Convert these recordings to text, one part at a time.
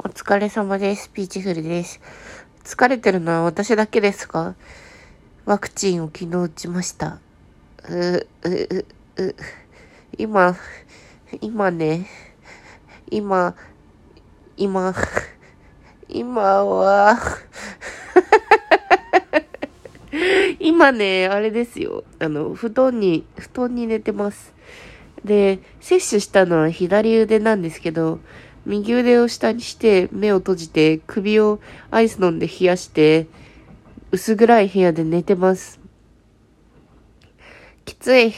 お疲れ様です。ピーチフルです。疲れてるのは私だけですか？ワクチンを昨日打ちました。今、今ね、今、今、今は、今ね、あれですよ。布団に寝てます。で、接種したのは左腕なんですけど、右腕を下にして目を閉じて首をアイス飲んで冷やして薄暗い部屋で寝てます。きつい。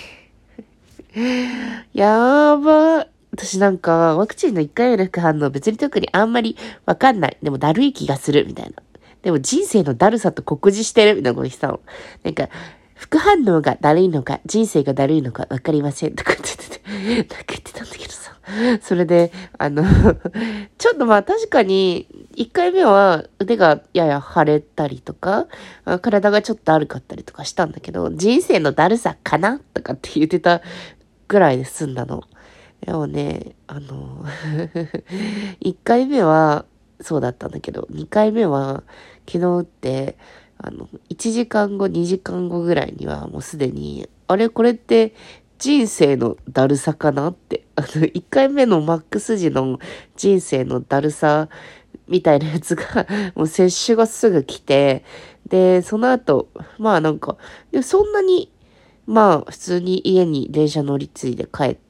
やーば。私なんかワクチンの1回目の副反応別に特にあんまりわかんない。でもだるい気がするみたいな。でも人生のだるさと酷似してるみたいなこと言ってたの。なんか、副反応がだるいのか、人生がだるいのかわかりませんとか言ってて、なんか言ってたんだけどさ。それで、ちょっとまあ確かに、1回目は腕がやや腫れたりとか、体がちょっとだるかったりとかしたんだけど、人生のだるさかなとかって言ってたぐらいで済んだの。でもね、1回目はそうだったんだけど、2回目は昨日打って、1時間後、2時間後ぐらいにはもうすでに、あれこれって人生のだるさかなって、1回目のマックス時の人生のだるさみたいなやつが、もう接種がすぐ来て、で、その後、まあなんか、でそんなに、まあ普通に家に電車乗り継いで帰って、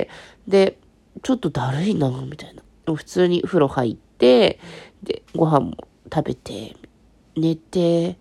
で、ちょっとだるいな、みたいな。普通に風呂入って、で、ご飯も食べて、寝て、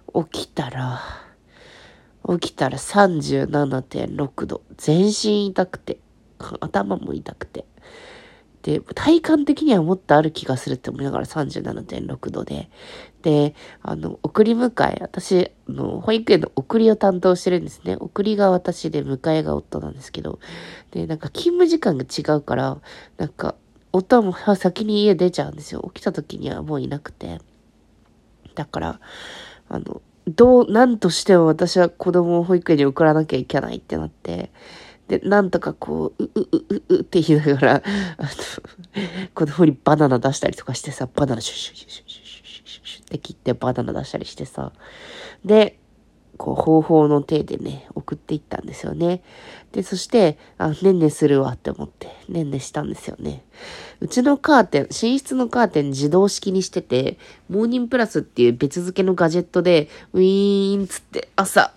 起きたら37.6度。全身痛くて、頭も痛くて。で、体感的にはもっとある気がするって思いながら37.6度で。で、送り迎え、私、保育園の送りを担当してるんですね。送りが私で迎えが夫なんですけど。で、なんか勤務時間が違うから、なんか、夫も先に家出ちゃうんですよ。起きた時にはもういなくて。だから、なんとしても私は子供を保育園に送らなきゃいけないってなって、で、なんとかこう、って言いながら、子供にバナナ出したりとかしてさ、バナナシュッシュッシュッシュッシュッシュッシュッシュッって切ってバナナ出したりしてさ、で、こう、方法の手でね、送っていったんですよね。で、そして、ねんねするわって思って、ねんねしたんですよね。うちのカーテン、寝室のカーテン自動式にしてて、モーニングプラスっていう別付けのガジェットで、ウィーンつって朝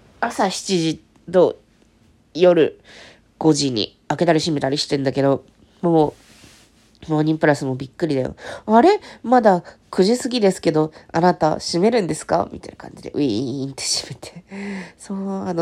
7時と夜5時に開けたり閉めたりしてんだけど、もう、モーニングプラスもびっくりだよ。あれまだ9時過ぎですけど、あなた閉めるんですかみたいな感じで、ウィーンって閉めて。そう、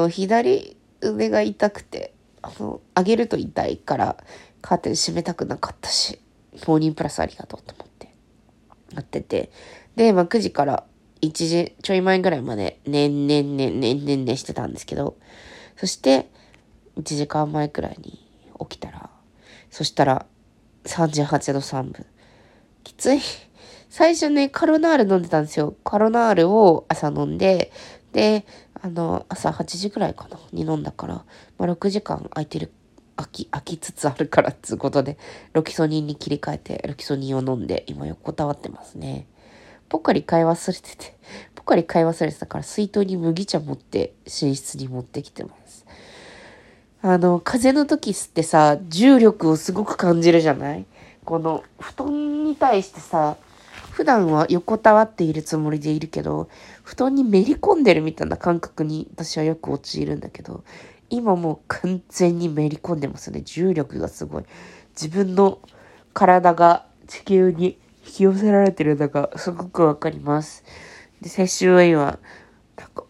左腕が痛くて、上げると痛いから、カーテン閉めたくなかったし、モーニングプラスありがとうと思って、やってて。で、9時から1時ちょい前ぐらいまで、ねんしてたんですけど、そして、1時間前くらいに起きたら、そしたら、38度3分。きつい。最初ね、カロナール飲んでたんですよ。カロナールを朝飲んで、で、朝8時くらいかな、に飲んだから、6時間空きつつあるからっていうことで、ロキソニンに切り替えて、ロキソニンを飲んで、今横たわってますね。ポカリ買い忘れてて、ポカリ買い忘れてたから、水筒に麦茶持って、寝室に持ってきてます。風邪の時ってさ、重力をすごく感じるじゃない？この、布団に対してさ、普段は横たわっているつもりでいるけど、布団にめり込んでるみたいな感覚に私はよく陥るんだけど、今もう完全にめり込んでますね。重力がすごい。自分の体が地球に引き寄せられてるのがすごくわかります。で、先週は今、なんか、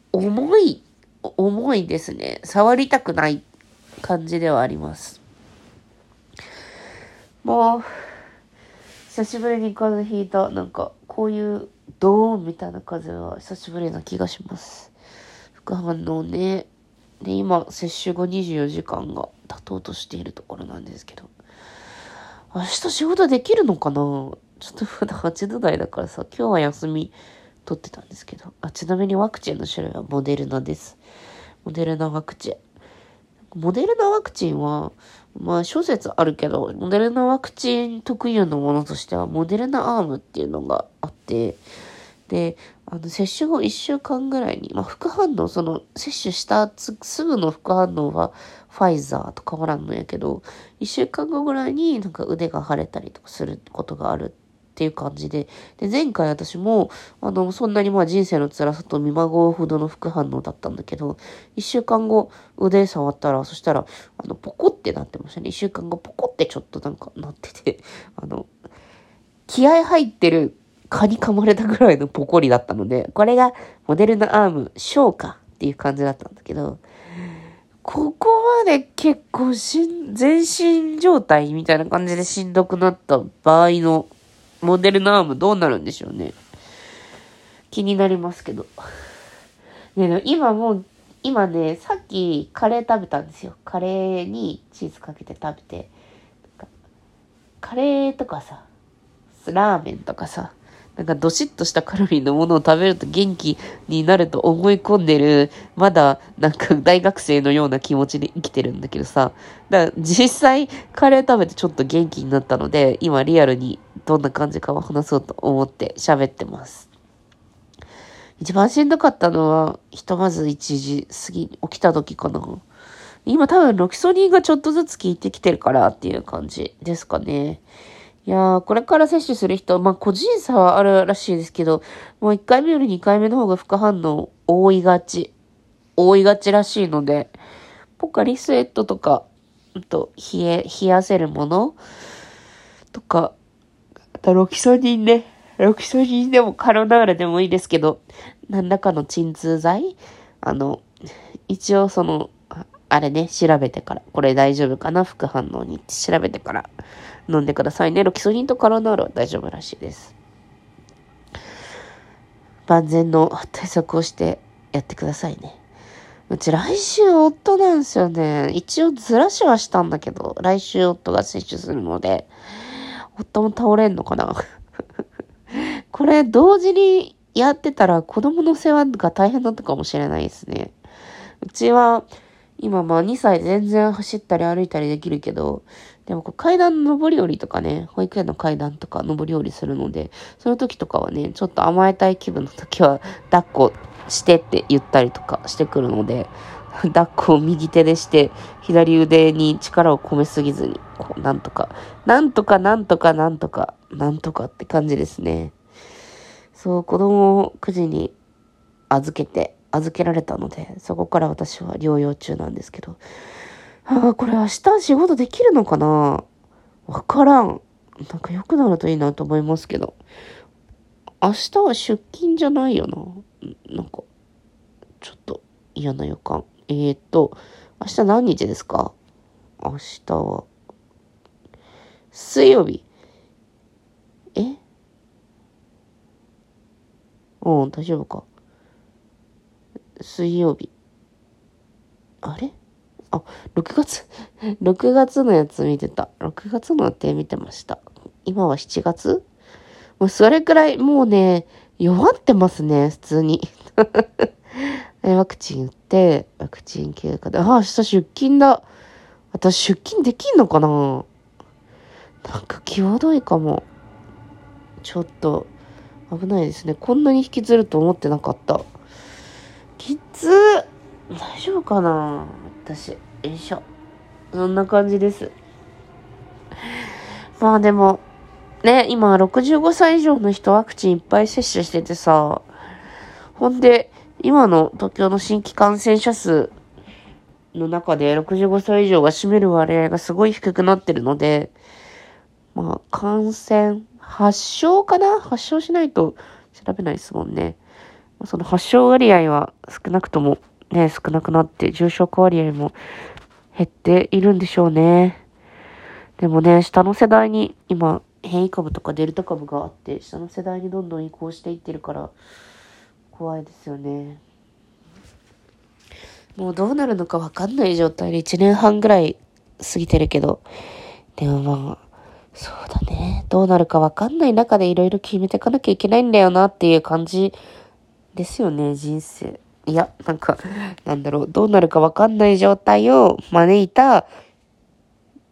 重いですね。触りたくない感じではあります。もう、久しぶりに風邪ひいた。なんか、こういうドーンみたいな風邪は久しぶりな気がします。副反応ね。で、今、接種後24時間が経とうとしているところなんですけど。明日仕事できるのかな？ちょっとまだ8度台だからさ、今日は休み取ってたんですけど。ちなみにワクチンの種類はモデルナです。モデルナワクチン。モデルナワクチンは、 まあ諸説あるけど、モデルナワクチン特有のものとしては、モデルナアームっていうのがあって、で、接種後1週間ぐらいに、まあ副反応、接種したすぐの副反応はファイザーと変わらんのやけど、1週間後ぐらいになんか腕が腫れたりとかすることがあるっていう感じで、で、前回私も、そんなにまあ人生の辛さと見まごうほどの副反応だったんだけど、1週間後腕触ったら、そしたら、ポコってなってましたね。1週間後ポコってちょっとなんかなってて、気合入ってる蚊に噛まれたぐらいのポコリだったので、これがモデルナアーム、消化っていう感じだったんだけど、ここまで結構全身状態みたいな感じでしんどくなった場合のモデルナアームどうなるんでしょうね。気になりますけど。ね、今ね、さっきカレー食べたんですよ。カレーにチーズかけて食べて。カレーとかさ、ラーメンとかさ、なんかドシッとしたカロリーのものを食べると元気になると思い込んでる、まだなんか大学生のような気持ちで生きてるんだけどさ、だから実際カレー食べてちょっと元気になったので、今リアルにどんな感じかを話そうと思って喋ってます。一番しんどかったのは、ひとまず1時過ぎ起きた時かな。今多分ロキソニンがちょっとずつ効いてきてるからっていう感じですかね。いやー、これから接種する人、まあ、個人差はあるらしいですけど、もう1回目より2回目の方が副反応多いがちらしいので、ポカリスエットとか、冷やせるものとか、あとロキソニンでもカロナールでもいいですけど、何らかの鎮痛剤一応あれね、調べてから、これ大丈夫かな副反応に調べてから飲んでくださいね。ロキソニンとカロナールは大丈夫らしいです。万全の対策をしてやってくださいね。うち来週夫なんですよね。一応ずらしはしたんだけど、来週夫が接種するので、夫も倒れんのかなこれ同時にやってたら子供の世話が大変だったかもしれないですね。うちは今まあ2歳全然走ったり歩いたりできるけど、でも階段の上り下りとかね、保育園の階段とか上り下りするので、その時とかはね、ちょっと甘えたい気分の時は抱っこしてって言ったりとかしてくるので、抱っこを右手でして、左腕に力を込めすぎずに、なんとかって感じですね。そう、子供を9時に預けられたので、そこから私は療養中なんですけど。これ明日仕事できるのかな？わからん。なんか良くなるといいなと思いますけど。明日は出勤じゃないよな。なんか、ちょっと嫌な予感。明日何日ですか？明日は、水曜日。大丈夫か。水曜日。あれ6月6月のやつ見てた。6月の予定見てました。今は7月？もうそれくらい、もうね、弱ってますね、普通に。ワクチン打って、ワクチン休暇で、明日出勤だ。私出勤できんのかな？なんか際どいかも。ちょっと、危ないですね。こんなに引きずると思ってなかった。きつー。大丈夫かな私。よいしょ。そんな感じです。まあでも、ね、今65歳以上の人ワクチンいっぱい接種しててさ、ほんで、今の東京の新規感染者数の中で65歳以上が占める割合がすごい低くなってるので、まあ、発症しないと調べないですもんね。その発症割合は少なくともね、少なくなって重症化割合も減っているんでしょうね。でもね、下の世代に今変異株とかデルタ株があって、下の世代にどんどん移行していってるから怖いですよね。もうどうなるのかわかんない状態で1年半ぐらい過ぎてるけど、でもまあ、そうだね。どうなるかわかんない中でいろいろ決めていかなきゃいけないんだよなっていう感じですよね、人生。いや、どうなるかわかんない状態を招いた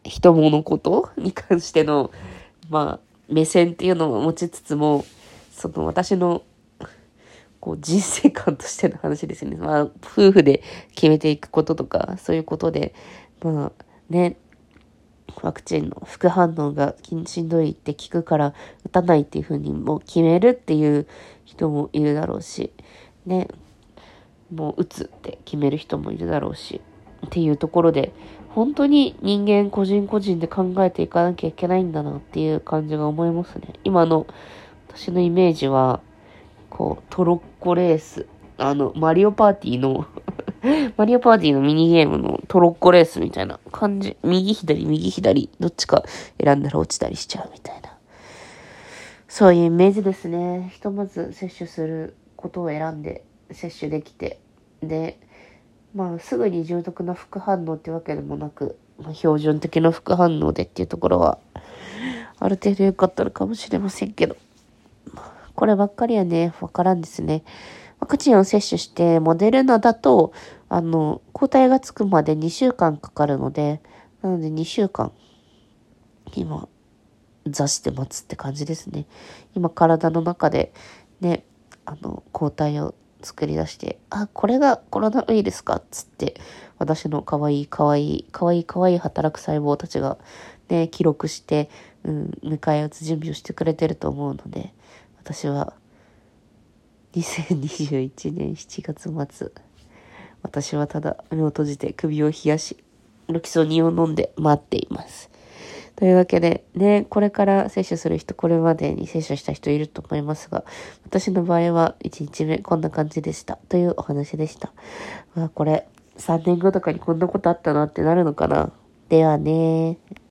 人物ことに関しての、まあ、目線っていうのを持ちつつも、その私の、こう人生観としての話ですね。まあ、夫婦で決めていくこととか、そういうことで、まあね、ワクチンの副反応がしんどいって聞くから打たないっていう風にもう決めるっていう人もいるだろうし、ね、もう打つって決める人もいるだろうし、っていうところで、本当に人間個人個人で考えていかなきゃいけないんだなっていう感じが思いますね。今の私のイメージは、こう、トロッコレース。マリオパーティーのマリオパーティーのミニゲームのトロッコレースみたいな感じ。右左、右左、どっちか選んだら落ちたりしちゃうみたいな。そういうイメージですね。ひとまず接種することを選んで接種できて。で、まあ、すぐに重篤な副反応ってわけでもなく、まあ、標準的な副反応でっていうところは、ある程度良かったのかもしれませんけど。こればっかりはね、わからんですね。ワクチンを接種して、モデルナだと、抗体がつくまで2週間かかるので、なので2週間、今、座して待つって感じですね。今、体の中で、ね、抗体を作り出して、あ、これがコロナウイルスかっつって、私の可愛い働く細胞たちが、ね、記録して、迎え撃つ準備をしてくれてると思うので、私は、2021年7月末、私はただ目を閉じて首を冷やし、ロキソニンを飲んで待っています。というわけで、ね、これから接種する人、これまでに接種した人いると思いますが、私の場合は1日目こんな感じでした。というお話でした。まあこれ、3年後とかにこんなことあったなってなるのかな。ではね。